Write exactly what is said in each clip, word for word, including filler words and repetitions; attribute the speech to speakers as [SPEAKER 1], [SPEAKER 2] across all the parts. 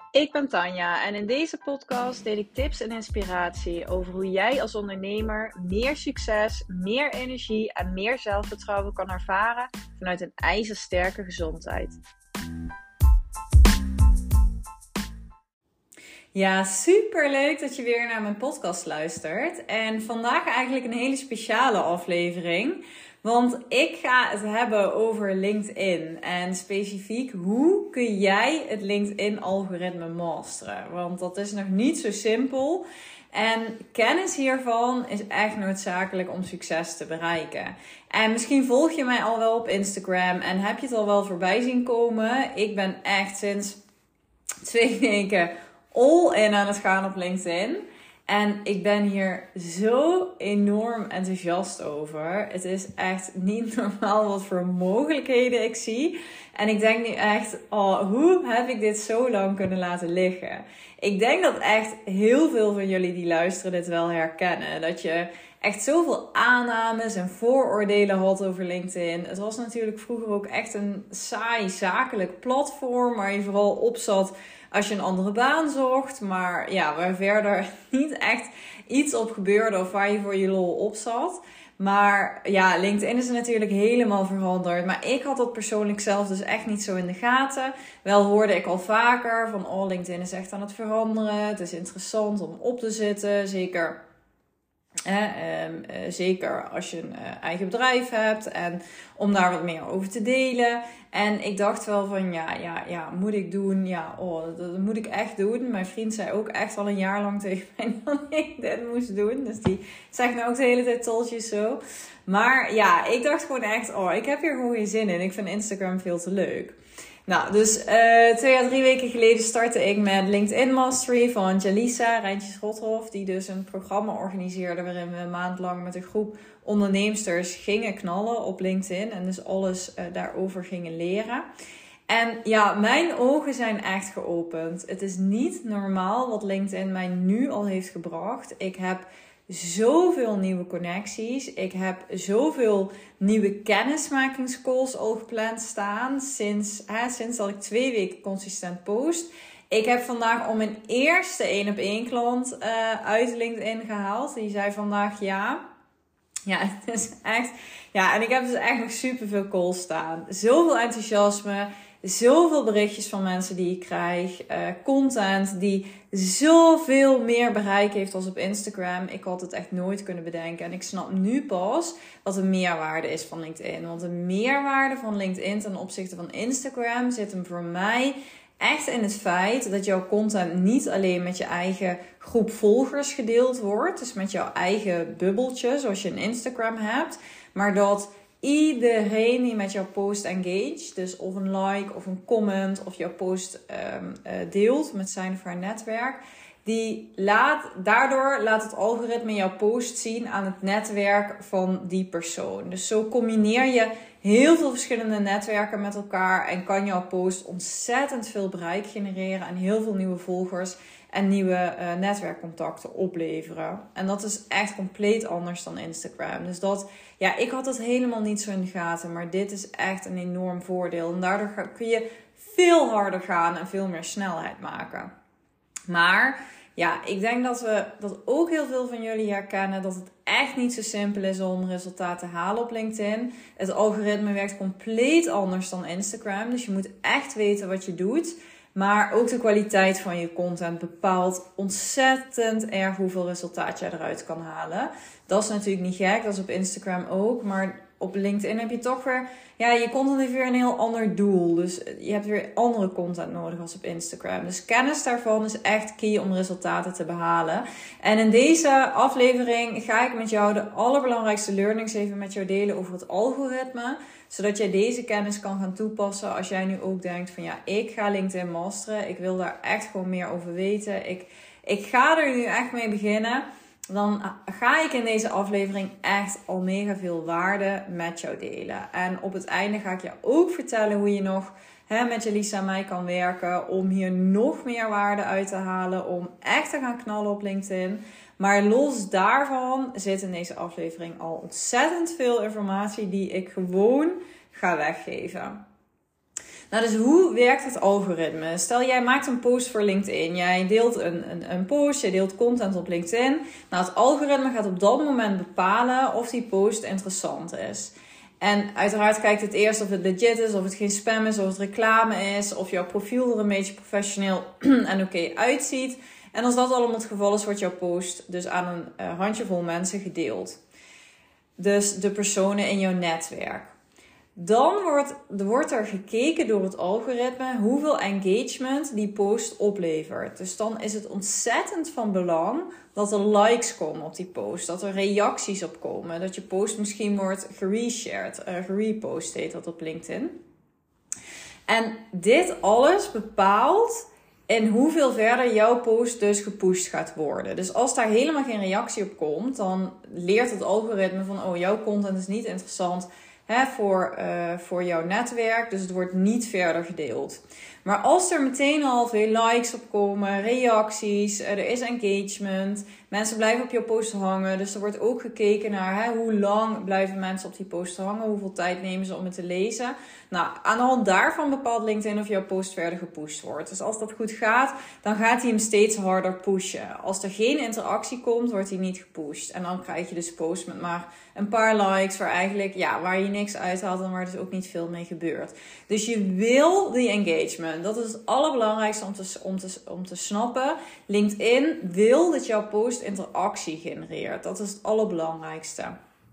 [SPEAKER 1] Ik ben Tanja en in deze podcast deel ik tips en inspiratie over hoe jij als ondernemer meer succes, meer energie en meer zelfvertrouwen kan ervaren vanuit een ijzersterke gezondheid.
[SPEAKER 2] Ja, super leuk dat je weer naar mijn podcast luistert. En vandaag eigenlijk een hele speciale aflevering. Want ik ga het hebben over LinkedIn. En specifiek, hoe kun jij het LinkedIn-algoritme masteren? Want dat is nog niet zo simpel. En kennis hiervan is echt noodzakelijk om succes te bereiken. En misschien volg je mij al wel op Instagram en heb je het al wel voorbij zien komen. Ik ben echt sinds twee weken all in aan het gaan op LinkedIn. En ik ben hier zo enorm enthousiast over. Het is echt niet normaal wat voor mogelijkheden ik zie. En ik denk nu echt, oh, hoe heb ik dit zo lang kunnen laten liggen? Ik denk dat echt heel veel van jullie die luisteren dit wel herkennen. Dat je echt zoveel aannames en vooroordelen had over LinkedIn. Het was natuurlijk vroeger ook echt een saai zakelijk platform waar je vooral op zat als je een andere baan zocht. Maar ja, waar verder niet echt iets op gebeurde of waar je voor je lol op zat. Maar ja, LinkedIn is natuurlijk helemaal veranderd. Maar ik had dat persoonlijk zelf dus echt niet zo in de gaten. Wel hoorde ik al vaker van, oh, LinkedIn is echt aan het veranderen. Het is interessant om op te zitten. Zeker, eh, eh, zeker als je een eh, eigen bedrijf hebt. En om daar wat meer over te delen. En ik dacht wel van, ja, ja, ja, moet ik doen? Ja, oh, dat, dat moet ik echt doen. Mijn vriend zei ook echt al een jaar lang tegen mij dat ik dit moest doen. Dus die zegt me ook de hele tijd told you so. Maar ja, ik dacht gewoon echt, oh, ik heb hier gewoon geen zin in. Ik vind Instagram veel te leuk. Nou, dus uh, twee à drie weken geleden startte ik met LinkedIn Mastery van Jalisa Rijntjes Rothoff. Die dus een programma organiseerde waarin we een maand lang met een groep onderneemsters gingen knallen op LinkedIn. En dus alles uh, daarover gingen leren. En ja, mijn ogen zijn echt geopend. Het is niet normaal wat LinkedIn mij nu al heeft gebracht. Ik heb zoveel nieuwe connecties. Ik heb zoveel nieuwe kennismakingscalls al gepland staan. Sinds, hè, sinds dat ik twee weken consistent post. Ik heb vandaag al mijn eerste één op één klant uh, uit LinkedIn gehaald. Die zei vandaag ja. Ja, het is echt. Ja, en ik heb dus echt nog superveel calls staan. Zoveel enthousiasme. Zoveel berichtjes van mensen die ik krijg. Uh, content die zoveel meer bereik heeft als op Instagram. Ik had het echt nooit kunnen bedenken. En ik snap nu pas wat de meerwaarde is van LinkedIn. Want de meerwaarde van LinkedIn ten opzichte van Instagram zit hem voor mij echt in het feit dat jouw content niet alleen met je eigen groep volgers gedeeld wordt. Dus met jouw eigen bubbeltje, zoals je een Instagram hebt. Maar dat iedereen die met jouw post engage, dus of een like of een comment of jouw post um, uh, deelt met zijn of haar netwerk, die laat, daardoor laat het algoritme jouw post zien aan het netwerk van die persoon. Dus zo combineer je heel veel verschillende netwerken met elkaar en kan jouw post ontzettend veel bereik genereren en heel veel nieuwe volgers en nieuwe uh, netwerkcontacten opleveren. En dat is echt compleet anders dan Instagram. Dus dat, ja, ik had dat helemaal niet zo in de gaten, maar dit is echt een enorm voordeel. En daardoor kun je veel harder gaan en veel meer snelheid maken. Maar ja, ik denk dat we dat ook heel veel van jullie herkennen, dat het echt niet zo simpel is om resultaten te halen op LinkedIn. Het algoritme werkt compleet anders dan Instagram, dus je moet echt weten wat je doet. Maar ook de kwaliteit van je content bepaalt ontzettend erg hoeveel resultaat jij eruit kan halen. Dat is natuurlijk niet gek, dat is op Instagram ook. Maar op LinkedIn heb je toch weer, ja, je content heeft weer een heel ander doel. Dus je hebt weer andere content nodig als op Instagram. Dus kennis daarvan is echt key om resultaten te behalen. En in deze aflevering ga ik met jou de allerbelangrijkste learnings even met jou delen over het algoritme. Zodat jij deze kennis kan gaan toepassen als jij nu ook denkt van ja, ik ga LinkedIn masteren. Ik wil daar echt gewoon meer over weten. Ik, ik ga er nu echt mee beginnen. Dan ga ik in deze aflevering echt al mega veel waarde met jou delen. En op het einde ga ik je ook vertellen hoe je nog hè, met Jalisa en mij kan werken. Om hier nog meer waarde uit te halen. Om echt te gaan knallen op LinkedIn. Maar los daarvan zit in deze aflevering al ontzettend veel informatie die ik gewoon ga weggeven. Nou, dus hoe werkt het algoritme? Stel, jij maakt een post voor LinkedIn. Jij deelt een, een, een post, jij deelt content op LinkedIn. Nou, het algoritme gaat op dat moment bepalen of die post interessant is. En uiteraard kijkt het eerst of het legit is, of het geen spam is, of het reclame is, of jouw profiel er een beetje professioneel en oké okay uitziet. En als dat allemaal het geval is, wordt jouw post dus aan een uh, handjevol mensen gedeeld. Dus de personen in jouw netwerk. Dan wordt, wordt er gekeken door het algoritme hoeveel engagement die post oplevert. Dus dan is het ontzettend van belang dat er likes komen op die post. Dat er reacties op komen. Dat je post misschien wordt gereshared. Uh, gerepost heet dat op LinkedIn. En dit alles bepaalt in hoeveel verder jouw post dus gepusht gaat worden. Dus als daar helemaal geen reactie op komt, dan leert het algoritme van, oh, jouw content is niet interessant hè, voor, uh, voor jouw netwerk. Dus het wordt niet verder gedeeld. Maar als er meteen al veel likes op komen, reacties, er is engagement, mensen blijven op jouw post hangen. Dus er wordt ook gekeken naar hè, hoe lang blijven mensen op die post hangen, hoeveel tijd nemen ze om het te lezen. Nou, aan de hand daarvan bepaalt LinkedIn of jouw post verder gepusht wordt. Dus als dat goed gaat, dan gaat hij hem steeds harder pushen. Als er geen interactie komt, wordt hij niet gepusht. En dan krijg je dus posts met maar een paar likes waar eigenlijk, ja, waar je niks uithaalt en waar dus ook niet veel mee gebeurt. Dus je wil die engagement. Dat is het allerbelangrijkste om te, om, te, om te snappen. LinkedIn wil dat jouw post interactie genereert. Dat is het allerbelangrijkste.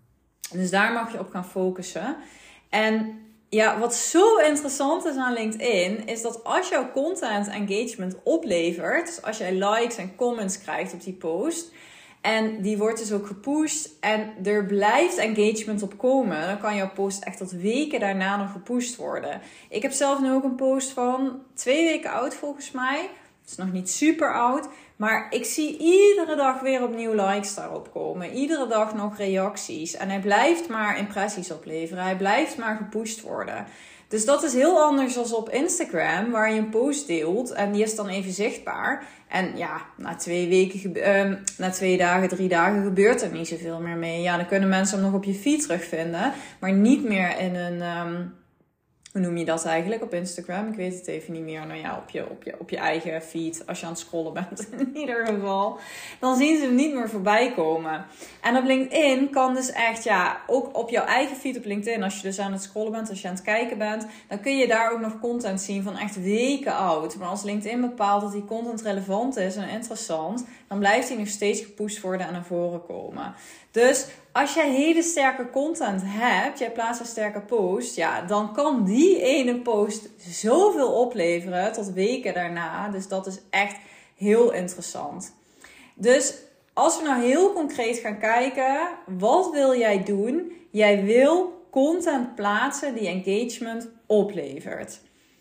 [SPEAKER 2] Dus daar mag je op gaan focussen. En ja, wat zo interessant is aan LinkedIn, is dat als jouw content engagement oplevert, dus als jij likes en comments krijgt op die post, en die wordt dus ook gepusht en er blijft engagement op komen, dan kan jouw post echt tot weken daarna nog gepusht worden. Ik heb zelf nu ook een post van twee weken oud volgens mij. Het is nog niet super oud, maar ik zie iedere dag weer opnieuw likes daarop komen. Iedere dag nog reacties. En hij blijft maar impressies opleveren. Hij blijft maar gepusht worden. Dus dat is heel anders dan op Instagram, waar je een post deelt en die is dan even zichtbaar. En ja, na twee weken, uh, na twee dagen, drie dagen gebeurt er niet zoveel meer mee. Ja, dan kunnen mensen hem nog op je feed terugvinden, maar niet meer in een, um, hoe noem je dat eigenlijk op Instagram? Ik weet het even niet meer. Nou ja, op je, op je, op je eigen feed, als je aan het scrollen bent in ieder geval. Dan zien ze hem niet meer voorbij komen. En op LinkedIn kan dus echt, ja, ook op jouw eigen feed op LinkedIn, als je dus aan het scrollen bent, als je aan het kijken bent, dan kun je daar ook nog content zien van echt weken oud. Maar als LinkedIn bepaalt dat die content relevant is en interessant, dan blijft die nog steeds gepusht worden en naar voren komen. Dus als jij hele sterke content hebt, jij plaatst een sterke post, ja, dan kan die ene post zoveel opleveren tot weken daarna. Dus dat is echt heel interessant. Dus als we nou heel concreet gaan kijken, wat wil jij doen? Jij wil content plaatsen die engagement oplevert.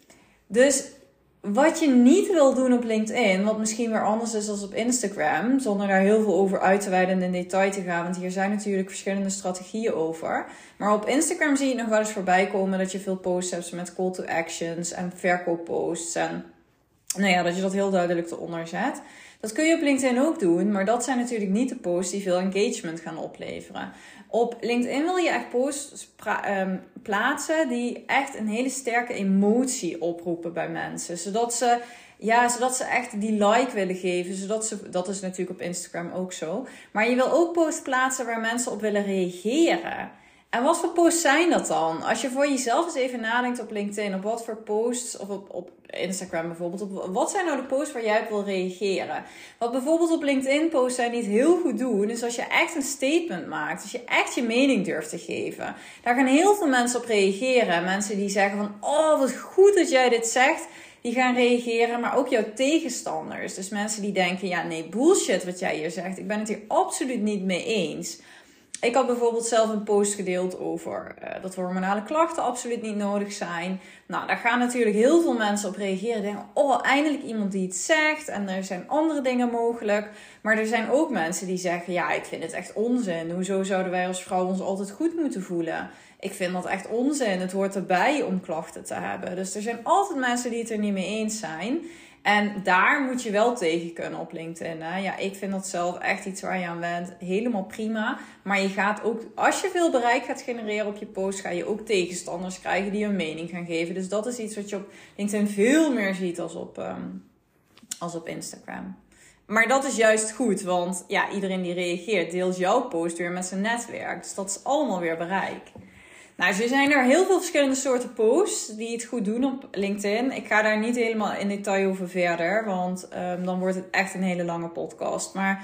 [SPEAKER 2] Dus wat je niet wil doen op LinkedIn, wat misschien weer anders is dan op Instagram, zonder daar heel veel over uit te wijden en in detail te gaan, want hier zijn natuurlijk verschillende strategieën over. Maar op Instagram zie je nog wel eens voorbij komen dat je veel posts hebt met call to actions en verkoopposts en nou ja, dat je dat heel duidelijk eronder zet. Dat kun je op LinkedIn ook doen, maar dat zijn natuurlijk niet de posts die veel engagement gaan opleveren. Op LinkedIn wil je echt posts pra- um, plaatsen die echt een hele sterke emotie oproepen bij mensen. Zodat ze, ja, zodat ze echt die like willen geven. Zodat ze, dat is natuurlijk op Instagram ook zo. Maar je wil ook posts plaatsen waar mensen op willen reageren. En wat voor posts zijn dat dan? Als je voor jezelf eens even nadenkt op LinkedIn, op wat voor posts, of op, op Instagram bijvoorbeeld, op wat zijn nou de posts waar jij op wil reageren? Wat bijvoorbeeld op LinkedIn posts zijn niet heel goed doen, is als je echt een statement maakt, als je echt je mening durft te geven. Daar gaan heel veel mensen op reageren. Mensen die zeggen van, oh wat goed dat jij dit zegt, die gaan reageren, maar ook jouw tegenstanders. Dus mensen die denken, ja nee, bullshit wat jij hier zegt, ik ben het hier absoluut niet mee eens. Ik had bijvoorbeeld zelf een post gedeeld over uh, dat hormonale klachten absoluut niet nodig zijn. Nou, daar gaan natuurlijk heel veel mensen op reageren. Denken, oh, eindelijk iemand die het zegt. En er zijn andere dingen mogelijk. Maar er zijn ook mensen die zeggen, ja, ik vind het echt onzin. Hoezo zouden wij als vrouw ons altijd goed moeten voelen? Ik vind dat echt onzin. Het hoort erbij om klachten te hebben. Dus er zijn altijd mensen die het er niet mee eens zijn. En daar moet je wel tegen kunnen op LinkedIn. Hè? Ja, ik vind dat zelf echt iets waar je aan bent. Helemaal prima. Maar je gaat ook, als je veel bereik gaat genereren op je post, ga je ook tegenstanders krijgen die een mening gaan geven. Dus dat is iets wat je op LinkedIn veel meer ziet als op, um, als op Instagram. Maar dat is juist goed, want ja, iedereen die reageert deelt jouw post weer met zijn netwerk. Dus dat is allemaal weer bereik. Nou, dus er zijn er heel veel verschillende soorten posts die het goed doen op LinkedIn. Ik ga daar niet helemaal in detail over verder, want um, dan wordt het echt een hele lange podcast. Maar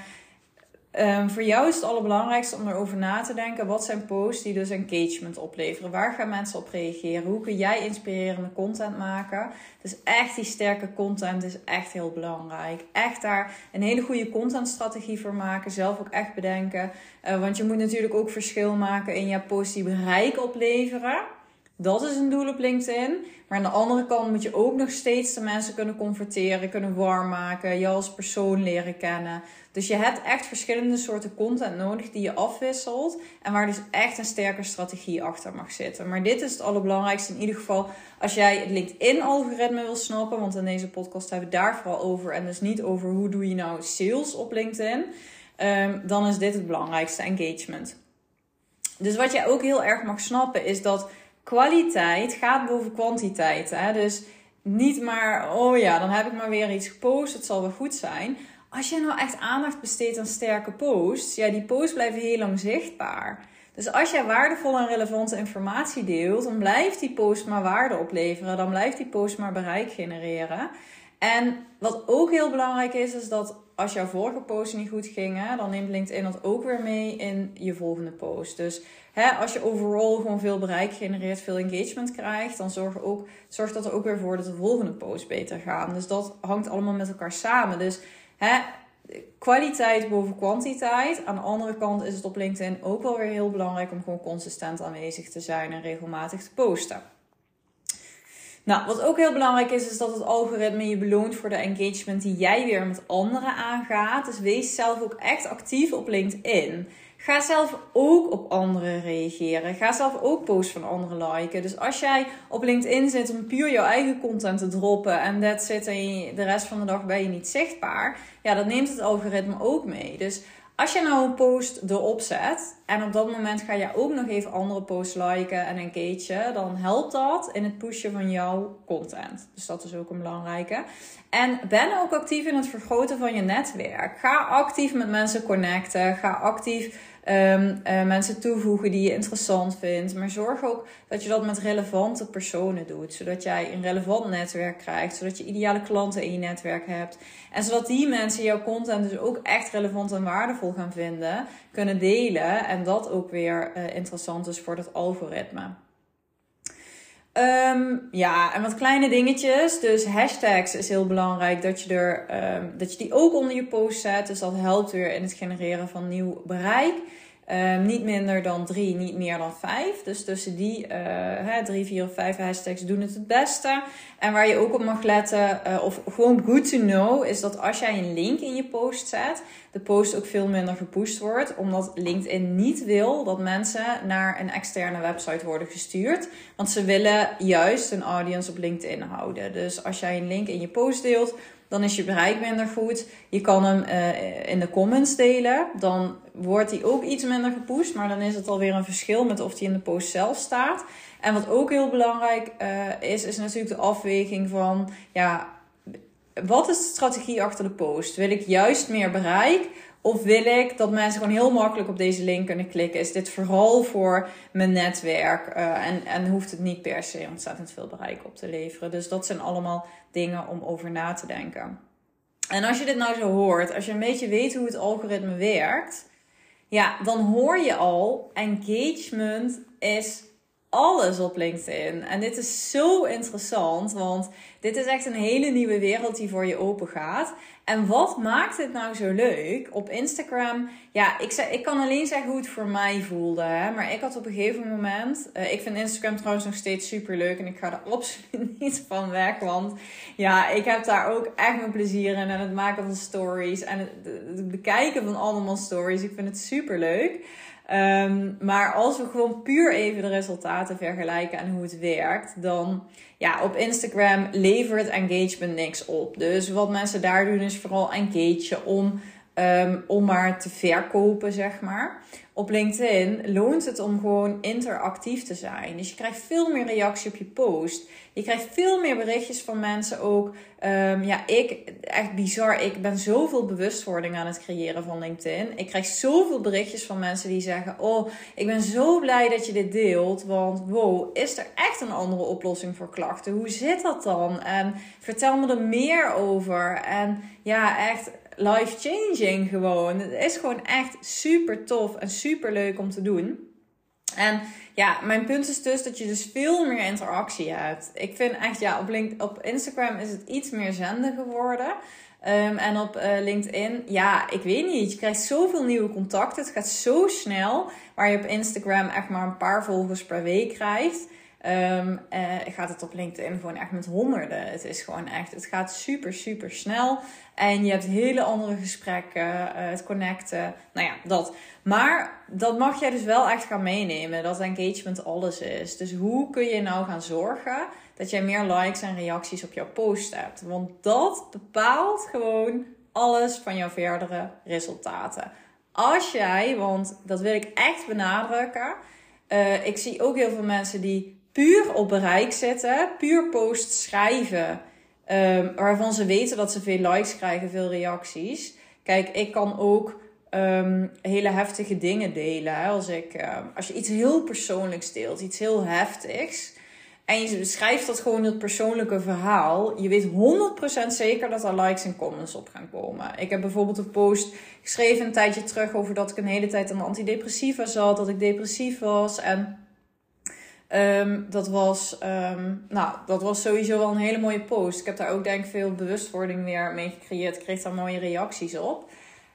[SPEAKER 2] um, voor jou is het allerbelangrijkste om erover na te denken. Wat zijn posts die dus engagement opleveren? Waar gaan mensen op reageren? Hoe kun jij inspirerende content maken? Dus echt die sterke content is echt heel belangrijk. Echt daar een hele goede contentstrategie voor maken. Zelf ook echt bedenken. Uh, want je moet natuurlijk ook verschil maken in je posts die bereik opleveren. Dat is een doel op LinkedIn. Maar aan de andere kant moet je ook nog steeds de mensen kunnen converteren, kunnen warm maken, je als persoon leren kennen. Dus je hebt echt verschillende soorten content nodig die je afwisselt. En waar dus echt een sterke strategie achter mag zitten. Maar dit is het allerbelangrijkste in ieder geval als jij het LinkedIn-algoritme wil snappen. Want in deze podcast hebben we daar vooral over. En dus niet over hoe doe je nou sales op LinkedIn. Um, dan is dit het belangrijkste, engagement. Dus wat jij ook heel erg mag snappen is dat kwaliteit gaat boven kwantiteit. Hè? Dus niet maar, oh ja, dan heb ik maar weer iets gepost, het zal wel goed zijn. Als je nou echt aandacht besteedt aan sterke posts, ja, die posts blijven heel lang zichtbaar. Dus als jij waardevolle en relevante informatie deelt, dan blijft die post maar waarde opleveren. Dan blijft die post maar bereik genereren. En wat ook heel belangrijk is, is dat als jouw vorige posts niet goed gingen, dan neemt LinkedIn dat ook weer mee in je volgende post. Dus hè, als je overal gewoon veel bereik genereert, veel engagement krijgt, dan zorgt ook, zorgt dat er ook weer voor dat de volgende posts beter gaan. Dus dat hangt allemaal met elkaar samen. Dus hè, kwaliteit boven kwantiteit. Aan de andere kant is het op LinkedIn ook wel weer heel belangrijk om gewoon consistent aanwezig te zijn en regelmatig te posten. Nou, wat ook heel belangrijk is, is dat het algoritme je beloont voor de engagement die jij weer met anderen aangaat. Dus wees zelf ook echt actief op LinkedIn. Ga zelf ook op anderen reageren. Ga zelf ook posts van anderen liken. Dus als jij op LinkedIn zit om puur jouw eigen content te droppen en that's it en de rest van de dag ben je niet zichtbaar, ja, dat neemt het algoritme ook mee. Dus als je nou een post erop zet en op dat moment ga je ook nog even andere posts liken en engagen, dan helpt dat in het pushen van jouw content. Dus dat is ook een belangrijke. En ben ook actief in het vergroten van je netwerk. Ga actief met mensen connecten. Ga actief um, uh, mensen toevoegen die je interessant vindt. Maar zorg ook dat je dat met relevante personen doet. Zodat jij een relevant netwerk krijgt. Zodat je ideale klanten in je netwerk hebt. En zodat die mensen jouw content dus ook echt relevant en waardevol gaan vinden. Kunnen delen. En dat ook weer uh, interessant is voor dat algoritme. Um, ja, en wat kleine dingetjes. Dus hashtags is heel belangrijk dat je, er, um, dat je die ook onder je post zet. Dus dat helpt weer in het genereren van nieuw bereik. Um, niet minder dan drie, niet meer dan vijf. Dus tussen die uh, hè, drie, vier of vijf hashtags doen het het beste. En waar je ook op mag letten, uh, of gewoon good to know, is dat als jij een link in je post zet, de post ook veel minder gepusht wordt. Omdat LinkedIn niet wil dat mensen naar een externe website worden gestuurd. Want ze willen juist een audience op LinkedIn houden. Dus als jij een link in je post deelt, dan is je bereik minder goed. Je kan hem uh, in de comments delen. Dan wordt hij ook iets minder gepusht. Maar dan is het alweer een verschil met of hij in de post zelf staat. En wat ook heel belangrijk uh, is, is natuurlijk de afweging van, ja, wat is de strategie achter de post? Wil ik juist meer bereik? Of wil ik dat mensen gewoon heel makkelijk op deze link kunnen klikken? Is dit vooral voor mijn netwerk? Uh, en, en hoeft het niet per se ontzettend veel bereik op te leveren. Dus dat zijn allemaal dingen om over na te denken. En als je dit nou zo hoort, als je een beetje weet hoe het algoritme werkt, ja, dan hoor je al, engagement is alles op LinkedIn. En dit is zo interessant, want dit is echt een hele nieuwe wereld die voor je open gaat. En wat maakt het nou zo leuk? Op Instagram, ja, ik, zeg, ik kan alleen zeggen hoe het voor mij voelde. Hè? Maar ik had op een gegeven moment, uh, ik vind Instagram trouwens nog steeds super leuk en ik ga er absoluut niet van weg. Want ja, ik heb daar ook echt mijn plezier in en het maken van stories en het, het bekijken van allemaal stories. Ik vind het super leuk. Um, maar als we gewoon puur even de resultaten vergelijken en hoe het werkt, dan ja, op Instagram levert engagement niks op. Dus wat mensen daar doen is vooral engagen om, um, om maar te verkopen, zeg maar. Op LinkedIn loont het om gewoon interactief te zijn. Dus je krijgt veel meer reactie op je post. Je krijgt veel meer berichtjes van mensen ook. Um, ja, ik, echt bizar. Ik ben zoveel bewustwording aan het creëren van LinkedIn. Ik krijg zoveel berichtjes van mensen die zeggen: oh, ik ben zo blij dat je dit deelt. Want wow, is er echt een andere oplossing voor klachten? Hoe zit dat dan? En vertel me er meer over. En ja, echt life-changing gewoon. Het is gewoon echt super tof en super leuk om te doen. En ja, mijn punt is dus dat je dus veel meer interactie hebt. Ik vind echt, ja, op, Link, op Instagram is het iets meer zenden geworden. Um, en op uh, LinkedIn, ja, ik weet niet. Je krijgt zoveel nieuwe contacten. Het gaat zo snel. Waar je op Instagram echt maar een paar volgers per week krijgt. Um, uh, gaat het op LinkedIn gewoon echt met honderden. Het is gewoon echt, het gaat super, super snel. En je hebt hele andere gesprekken, uh, het connecten, nou ja, dat. Maar dat mag jij dus wel echt gaan meenemen, dat engagement alles is. Dus hoe kun je nou gaan zorgen dat jij meer likes en reacties op jouw post hebt? Want dat bepaalt gewoon alles van jouw verdere resultaten. Als jij, want dat wil ik echt benadrukken, uh, ik zie ook heel veel mensen die puur op bereik zitten, puur posts schrijven, um, waarvan ze weten dat ze veel likes krijgen, veel reacties. Kijk, ik kan ook um, hele heftige dingen delen. Hè? Als, ik, uh, als je iets heel persoonlijks deelt, iets heel heftigs, en je schrijft dat gewoon in het persoonlijke verhaal, je weet honderd procent zeker dat er likes en comments op gaan komen. Ik heb bijvoorbeeld een post geschreven een tijdje terug over dat ik een hele tijd aan antidepressiva zat, dat ik depressief was en Um, dat was, um, nou, dat was sowieso wel een hele mooie post. Ik heb daar ook denk ik veel bewustwording weer mee gecreëerd. Ik kreeg daar mooie reacties op.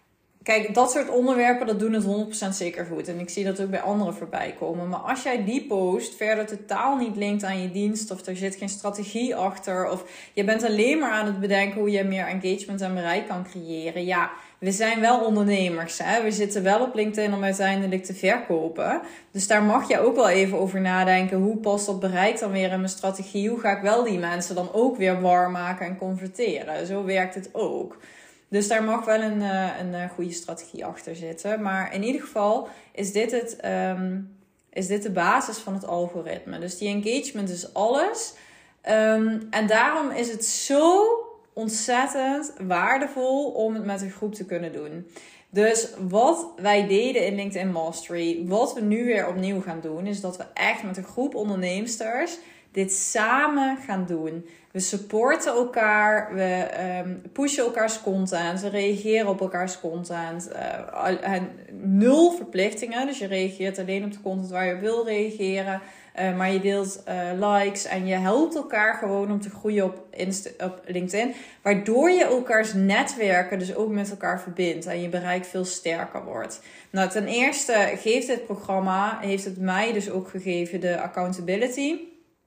[SPEAKER 2] Kijk, dat soort onderwerpen, dat doen het honderd procent zeker goed. En ik zie dat ook bij anderen voorbij komen. Maar als jij die post verder totaal niet linkt aan je dienst, of er zit geen strategie achter, of je bent alleen maar aan het bedenken hoe je meer engagement en bereik kan creëren. Ja, we zijn wel ondernemers, hè? We zitten wel op LinkedIn om uiteindelijk te verkopen. Dus daar mag je ook wel even over nadenken. Hoe past dat bereik dan weer in mijn strategie? Hoe ga ik wel die mensen dan ook weer warm maken en converteren? Zo werkt het ook. Dus daar mag wel een, een goede strategie achter zitten. Maar in ieder geval is dit, het, um, is dit de basis van het algoritme. Dus die engagement is alles. Um, en daarom is het zo ontzettend waardevol om het met een groep te kunnen doen. Dus wat wij deden in LinkedIn Mastery, wat we nu weer opnieuw gaan doen, is dat we echt met een groep onderneemsters dit samen gaan doen. We supporten elkaar, we um, pushen elkaars content, we reageren op elkaars content. Uh, en nul verplichtingen, dus je reageert alleen op de content waar je wil reageren. Uh, maar je deelt uh, likes en je helpt elkaar gewoon om te groeien op, Insta- op LinkedIn. Waardoor je elkaars netwerken dus ook met elkaar verbindt en je bereik veel sterker wordt. Nou, ten eerste geeft dit programma, heeft het mij dus ook gegeven de accountability,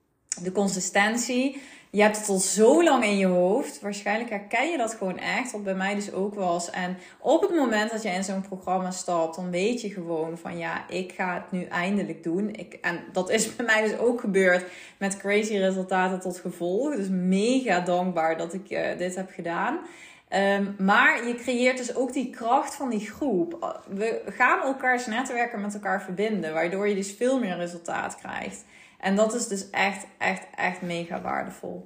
[SPEAKER 2] de consistentie. Je hebt het al zo lang in je hoofd. Waarschijnlijk herken je dat gewoon echt. Wat bij mij dus ook was. En op het moment dat je in zo'n programma stapt, dan weet je gewoon van ja, ik ga het nu eindelijk doen. Ik, en dat is bij mij dus ook gebeurd met crazy resultaten tot gevolg. Dus mega dankbaar dat ik uh, dit heb gedaan. Um, maar je creëert dus ook die kracht van die groep. We gaan elkaars netwerken met elkaar verbinden. Waardoor je dus veel meer resultaat krijgt. En dat is dus echt, echt, echt mega waardevol.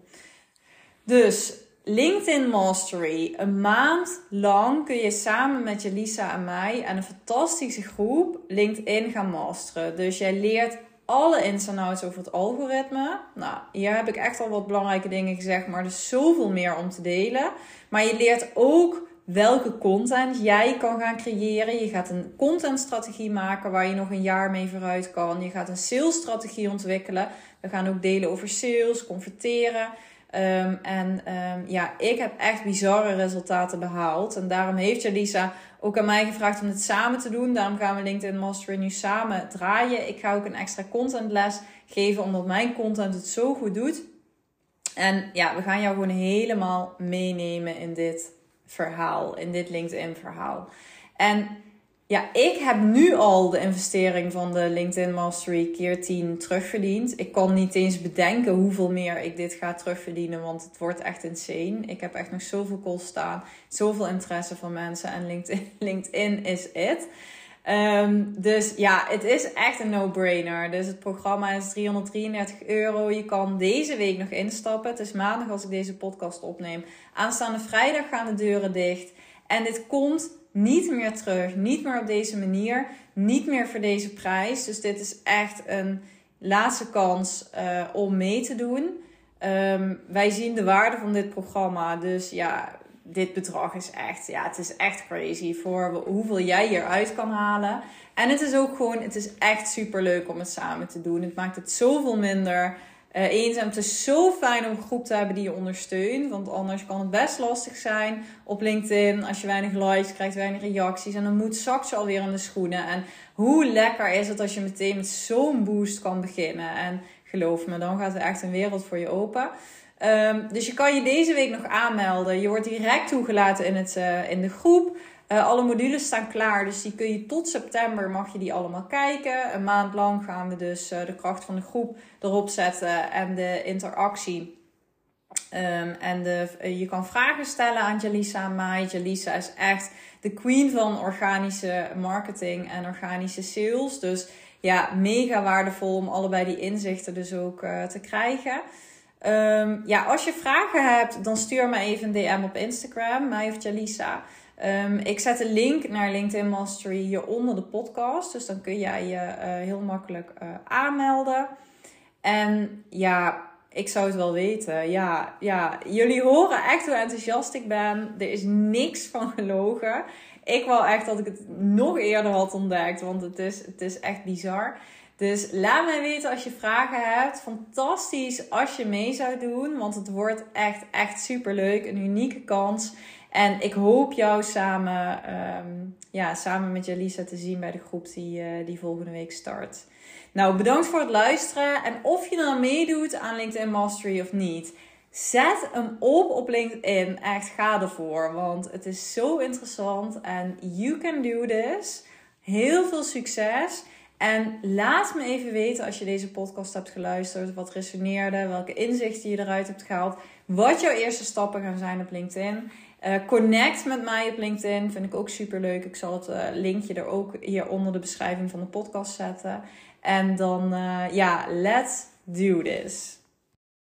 [SPEAKER 2] Dus LinkedIn Mastery. Een maand lang kun je samen met Jelisa en mij en een fantastische groep LinkedIn gaan masteren. Dus jij leert alle ins en outs over het algoritme. Nou, hier heb ik echt al wat belangrijke dingen gezegd, maar er is zoveel meer om te delen. Maar je leert ook welke content jij kan gaan creëren. Je gaat een contentstrategie maken waar je nog een jaar mee vooruit kan. Je gaat een salesstrategie ontwikkelen. We gaan ook delen over sales, converteren. Um, en um, ja, ik heb echt bizarre resultaten behaald. En daarom heeft Jelisa ook aan mij gevraagd om dit samen te doen. Daarom gaan we LinkedIn Mastery nu samen draaien. Ik ga ook een extra contentles geven, omdat mijn content het zo goed doet. En ja, we gaan jou gewoon helemaal meenemen in dit verhaal, in dit LinkedIn verhaal. En ja, ik heb nu al de investering van de LinkedIn Mastery keer tien terugverdiend. Ik kan niet eens bedenken hoeveel meer ik dit ga terugverdienen, want het wordt echt insane. Ik heb echt nog zoveel calls staan, zoveel interesse van mensen en LinkedIn, LinkedIn is it. Um, dus ja, het is echt een no-brainer. Dus het programma is driehonderddrieëndertig euro. Je kan deze week nog instappen. Het is maandag als ik deze podcast opneem. Aanstaande vrijdag gaan de deuren dicht. En dit komt niet meer terug. Niet meer op deze manier. Niet meer voor deze prijs. Dus dit is echt een laatste kans uh, om mee te doen. Um, wij zien de waarde van dit programma. Dus ja, dit bedrag is echt, ja, het is echt crazy voor hoeveel jij hieruit kan halen. En het is ook gewoon, het is echt super leuk om het samen te doen. Het maakt het zoveel minder uh, eenzaam. Het is zo fijn om een groep te hebben die je ondersteunt. Want anders kan het best lastig zijn op LinkedIn. Als je weinig likes krijgt, weinig reacties. En dan moet straks alweer in de schoenen. En hoe lekker is het als je meteen met zo'n boost kan beginnen. En geloof me, dan gaat er echt een wereld voor je open. Um, dus je kan je deze week nog aanmelden. Je wordt direct toegelaten in, het, uh, in de groep. Uh, alle modules staan klaar. Dus die kun je tot september mag je die allemaal kijken. Een maand lang gaan we dus uh, de kracht van de groep erop zetten. En de interactie. Um, en de, uh, je kan vragen stellen aan Jalisa en mij. Jalisa is echt de queen van organische marketing en organische sales. Dus ja, mega waardevol om allebei die inzichten dus ook uh, te krijgen. Um, ja, als je vragen hebt, dan stuur me even een D M op Instagram, mij of Jalisa. Um, ik zet een link naar LinkedIn Mastery hieronder de podcast. Dus dan kun jij je uh, heel makkelijk uh, aanmelden. En ja, ik zou het wel weten. Ja, ja, jullie horen echt hoe enthousiast ik ben. Er is niks van gelogen. Ik wou echt dat ik het nog eerder had ontdekt, want het is, het is echt bizar. Dus laat mij weten als je vragen hebt. Fantastisch als je mee zou doen. Want het wordt echt, echt superleuk. Een unieke kans. En ik hoop jou samen, um, ja, samen met Jalisa te zien bij de groep die, uh, die volgende week start. Nou, bedankt voor het luisteren. En of je dan meedoet aan LinkedIn Mastery of niet, zet hem op op LinkedIn. Echt, ga ervoor. Want het is zo interessant. En you can do this. Heel veel succes. En laat me even weten als je deze podcast hebt geluisterd. Wat resoneerde, welke inzichten je eruit hebt gehaald. Wat jouw eerste stappen gaan zijn op LinkedIn. Uh, connect met mij op LinkedIn. Vind ik ook super leuk. Ik zal het uh, linkje er ook hier onder de beschrijving van de podcast zetten. En dan, uh, ja, let's do this.